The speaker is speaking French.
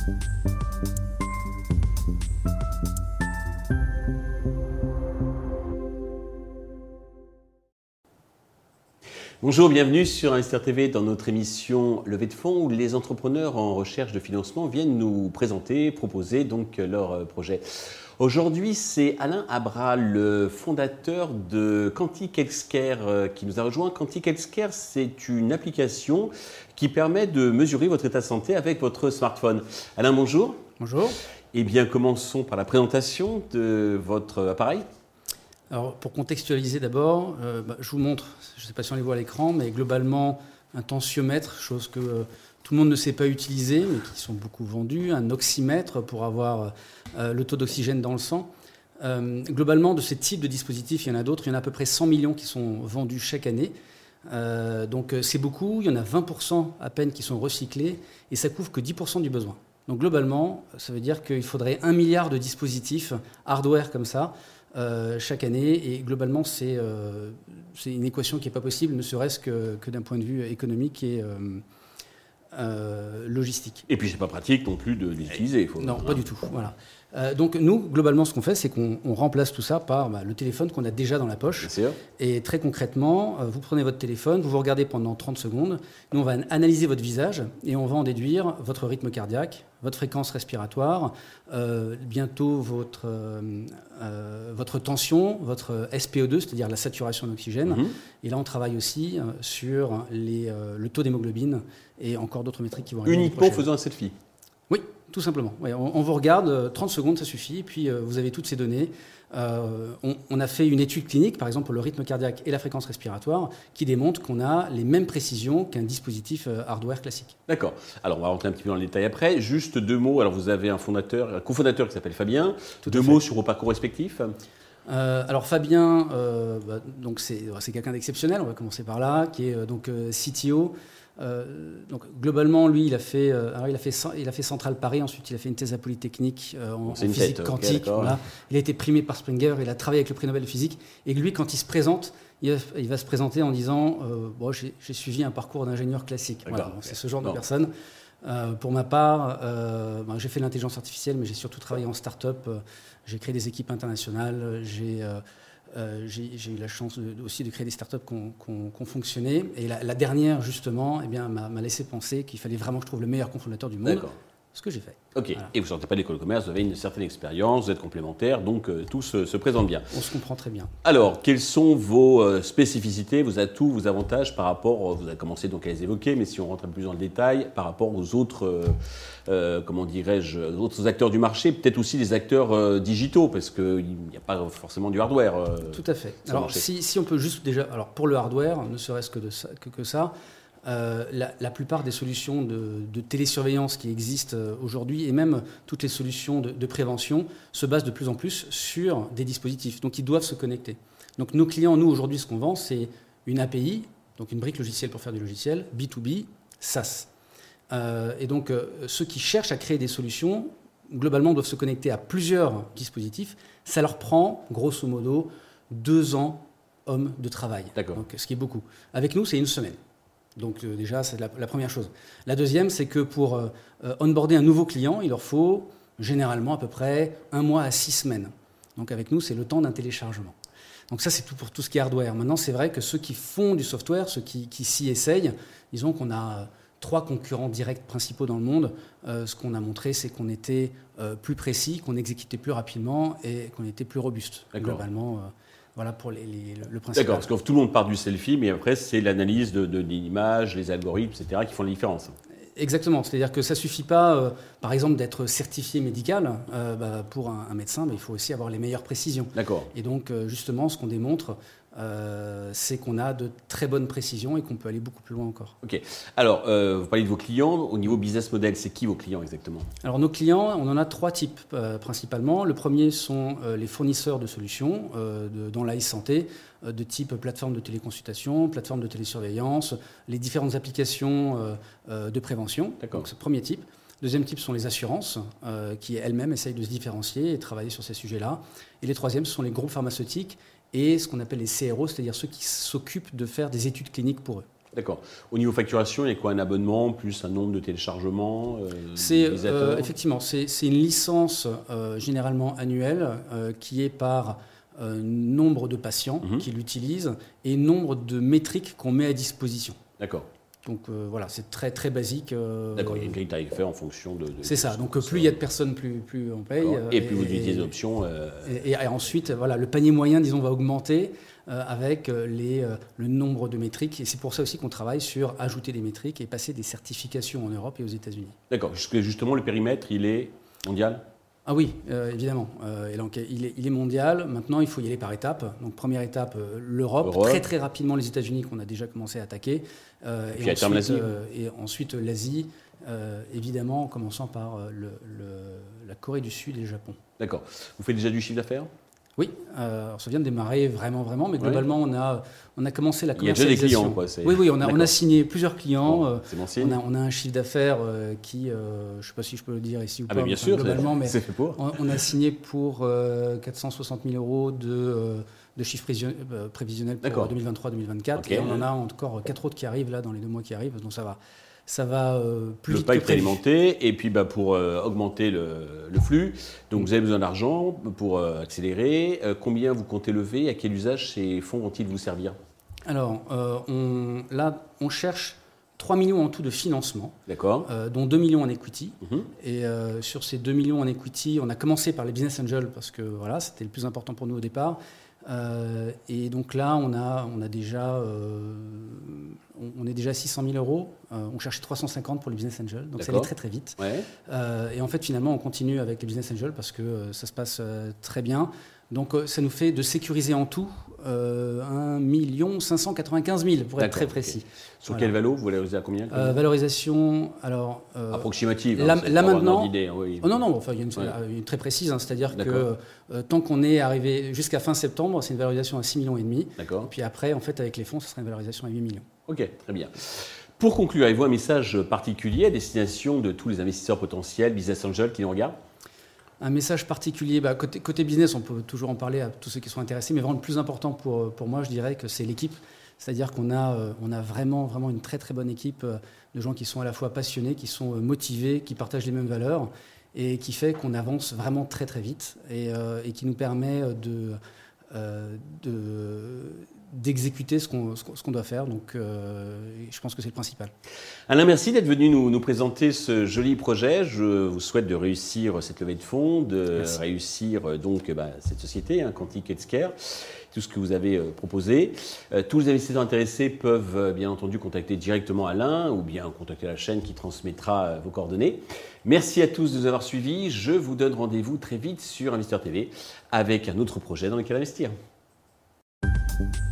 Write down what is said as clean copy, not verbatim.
Bonjour, bienvenue sur Investir TV dans notre émission Levée de fonds où les entrepreneurs en recherche de financement viennent nous présenter, proposer donc leurs projets. Aujourd'hui, c'est Alain Abra, le fondateur de Quantic Healthcare qui nous a rejoint. Quantic Healthcare, c'est une application qui permet de mesurer votre état de santé avec votre smartphone. Alain, bonjour. Bonjour. Eh bien, commençons par la présentation de votre appareil. Alors, pour contextualiser d'abord, je vous montre, je ne sais pas si on les voit à l'écran, mais globalement, un tensiomètre, chose que tout le monde ne sait pas utiliser, mais qui sont beaucoup vendus, un oxymètre pour avoir le taux d'oxygène dans le sang. Globalement, de ce type de dispositifs, il y en a d'autres. Il y en a à peu près 100 millions qui sont vendus chaque année. Donc, c'est beaucoup. Il y en a 20% à peine qui sont recyclés et ça couvre que 10% du besoin. Donc, globalement, ça veut dire qu'il faudrait 1 milliard de dispositifs hardware comme ça chaque année. Et globalement, c'est une équation qui n'est pas possible, ne serait-ce que d'un point de vue économique et logistique. Et puis, c'est pas pratique non plus de l'utiliser. Non, pas du tout. Voilà. Donc nous, globalement, ce qu'on fait, c'est qu'on remplace tout ça par le téléphone qu'on a déjà dans la poche. Et très concrètement, vous prenez votre téléphone, vous regardez pendant 30 secondes, nous on va analyser votre visage et on va en déduire votre rythme cardiaque, votre fréquence respiratoire, bientôt votre tension, votre SpO2, c'est-à-dire la saturation d'oxygène. Et là, on travaille aussi sur le taux d'hémoglobine et encore d'autres métriques qui vont arriver. Uniquement en faisant un selfie? Oui, tout simplement. Ouais, on vous regarde, 30 secondes, ça suffit, et puis vous avez toutes ces données. On a fait une étude clinique, par exemple pour le rythme cardiaque et la fréquence respiratoire, qui démontre qu'on a les mêmes précisions qu'un dispositif hardware classique. D'accord. Alors, on va rentrer un petit peu dans le détail après. Juste 2 mots. Alors, vous avez un cofondateur qui s'appelle Fabien. 2 mots sur vos parcours respectifs. Alors Fabien, donc c'est quelqu'un d'exceptionnel, on va commencer par là, qui est donc CTO. Donc globalement, lui, il a fait Centrale Paris. Ensuite, il a fait une thèse à Polytechnique en physique quantique. Okay, voilà. Il a été primé par Springer. Il a travaillé avec le prix Nobel de physique. Et lui, quand il se présente, il va se présenter en disant j'ai suivi un parcours d'ingénieur classique. Voilà, c'est ce genre de personne. Pour ma part, j'ai fait l'intelligence artificielle, mais j'ai surtout travaillé en start-up. J'ai créé des équipes internationales. J'ai eu la chance aussi de créer des startups qui ont fonctionné. Et la dernière, justement, m'a laissé penser qu'il fallait vraiment que je trouve le meilleur cofondateur du monde. D'accord. Ce que j'ai fait. Ok. Voilà. Et vous ne sortez pas de l'école de commerce, vous avez une certaine expérience, vous êtes complémentaires, donc tout se présente bien. On se comprend très bien. Alors, quelles sont vos spécificités, vos atouts, vos avantages par rapport, vous avez commencé donc à les évoquer, mais si on rentre un peu plus dans le détail, par rapport aux autres, autres acteurs du marché, peut-être aussi les acteurs digitaux, parce qu'il n'y a pas forcément du hardware. Tout à fait. Alors, si on peut juste déjà, alors pour le hardware, ne serait-ce que ça, la plupart des solutions de télésurveillance qui existent aujourd'hui et même toutes les solutions de prévention se basent de plus en plus sur des dispositifs. Donc, ils doivent se connecter. Donc, nos clients, nous, aujourd'hui, ce qu'on vend, c'est une API, donc une brique logicielle pour faire du logiciel, B2B, SaaS. Et donc, ceux qui cherchent à créer des solutions, globalement, doivent se connecter à plusieurs dispositifs. Ça leur prend, grosso modo, 2 ans hommes de travail. D'accord. Donc, ce qui est beaucoup. Avec nous, c'est 1 semaine. Donc déjà, c'est la première chose. La deuxième, c'est que pour onboarder un nouveau client, il leur faut généralement à peu près 1 mois à 6 semaines. Donc avec nous, c'est le temps d'un téléchargement. Donc ça, c'est tout pour tout ce qui est hardware. Maintenant, c'est vrai que ceux qui font du software, ceux qui s'y essayent, disons qu'on a 3 concurrents directs principaux dans le monde. Ce qu'on a montré, c'est qu'on était plus précis, qu'on exécutait plus rapidement et qu'on était plus robuste. Globalement, voilà pour le principal. D'accord, parce que tout le monde part du selfie, mais après, c'est l'analyse de l'image, les algorithmes, etc., qui font la différence. Exactement, c'est-à-dire que ça ne suffit pas, par exemple, d'être certifié médical. Pour un médecin, il faut aussi avoir les meilleures précisions. D'accord. Et donc, justement, ce qu'on démontre, c'est qu'on a de très bonnes précisions et qu'on peut aller beaucoup plus loin encore. Ok. Alors, vous parlez de vos clients. Au niveau business model, c'est qui vos clients exactement ? Alors, nos clients, on en a 3 types principalement. Le premier sont les fournisseurs de solutions dans l'e-santé, de type plateforme de téléconsultation, plateforme de télésurveillance, les différentes applications de prévention. D'accord. Donc, c'est le premier type. Deuxième type sont les assurances, qui elles-mêmes essayent de se différencier et travailler sur ces sujets-là. Et les troisièmes, ce sont les groupes pharmaceutiques et ce qu'on appelle les CRO, c'est-à-dire ceux qui s'occupent de faire des études cliniques pour eux. D'accord. Au niveau facturation, il y a quoi? Un abonnement plus un nombre de téléchargements Effectivement, c'est une licence généralement annuelle qui est par nombre de patients qui l'utilisent et nombre de métriques qu'on met à disposition. D'accord. Donc voilà, c'est très très basique. D'accord, il y a une grille tarifaire en fonction de c'est ça, donc plus il y a de personnes, plus on paye. Et plus vous utilisez des options. Et ensuite, voilà, le panier moyen, disons, va augmenter avec le nombre de métriques. Et c'est pour ça aussi qu'on travaille sur ajouter des métriques et passer des certifications en Europe et aux États-Unis. D'accord, justement le périmètre, il est mondial? Ah oui, évidemment. Et donc, il est mondial. Maintenant, il faut y aller par étapes. Donc, première étape, l'Europe. Très, très rapidement, les États-Unis qu'on a déjà commencé à attaquer. Et ensuite, l'Asie, évidemment, en commençant par la Corée du Sud et le Japon. D'accord. Vous faites déjà du chiffre d'affaires? Oui, alors ça vient de démarrer vraiment, mais globalement, on a commencé la commercialisation. Il y a déjà des clients, quoi. Oui, on a signé plusieurs clients. Bon, c'est bon signe. On a un chiffre d'affaires qui, je ne sais pas si je peux le dire ici ou pas, bien sûr, globalement, mais c'est fait pour. On a signé pour 460 000 euros de chiffre prévisionnel pour 2023-2024. Okay. Et on en a encore 4 autres qui arrivent là dans les 2 mois qui arrivent, donc ça va. Ça va plus vite que prévu. Le pipe est alimenté, et puis pour augmenter le flux, donc vous avez besoin d'argent pour accélérer. Combien vous comptez lever? À quel usage ces fonds vont-ils vous servir? Alors, on cherche 3 millions en tout de financement, dont 2 millions en equity. Et sur ces 2 millions en equity, on a commencé par les business angels parce que voilà, c'était le plus important pour nous au départ. Et donc là, on est déjà à 600 000 euros. On cherchait 350 pour les business angels, donc ça allait très très vite. Ouais. Et en fait, finalement, on continue avec les business angels parce que ça se passe très bien. Donc ça nous fait de sécuriser en tout 1 595 000 pour être très précis. Okay. Sur quelle valo? Vous valorisez à combien? Valorisation, alors... approximative. Là maintenant... Oui. Non, enfin, il y a une très précise, c'est-à-dire que tant qu'on est arrivé jusqu'à fin septembre, c'est une valorisation à 6,5 millions. D'accord. Et puis après, en fait, avec les fonds, ça sera une valorisation à 8 millions. Ok, très bien. Pour conclure, avez-vous un message particulier à destination de tous les investisseurs potentiels, business angels qui nous regardent? Un message particulier, côté business, on peut toujours en parler à tous ceux qui sont intéressés, mais vraiment le plus important pour moi, je dirais que c'est l'équipe. C'est-à-dire qu'on a vraiment une très très bonne équipe de gens qui sont à la fois passionnés, qui sont motivés, qui partagent les mêmes valeurs et qui fait qu'on avance vraiment très très vite et qui nous permet d'exécuter ce qu'on doit faire. Donc, je pense que c'est le principal. Alain, merci d'être venu nous présenter ce joli projet. Je vous souhaite de réussir cette levée de fonds, de réussir donc cette société, Quantic Healthcare, tout ce que vous avez proposé. Tous les investisseurs intéressés peuvent bien entendu contacter directement Alain ou bien contacter la chaîne qui transmettra vos coordonnées. Merci à tous de nous avoir suivis. Je vous donne rendez-vous très vite sur Investir TV avec un autre projet dans lequel investir.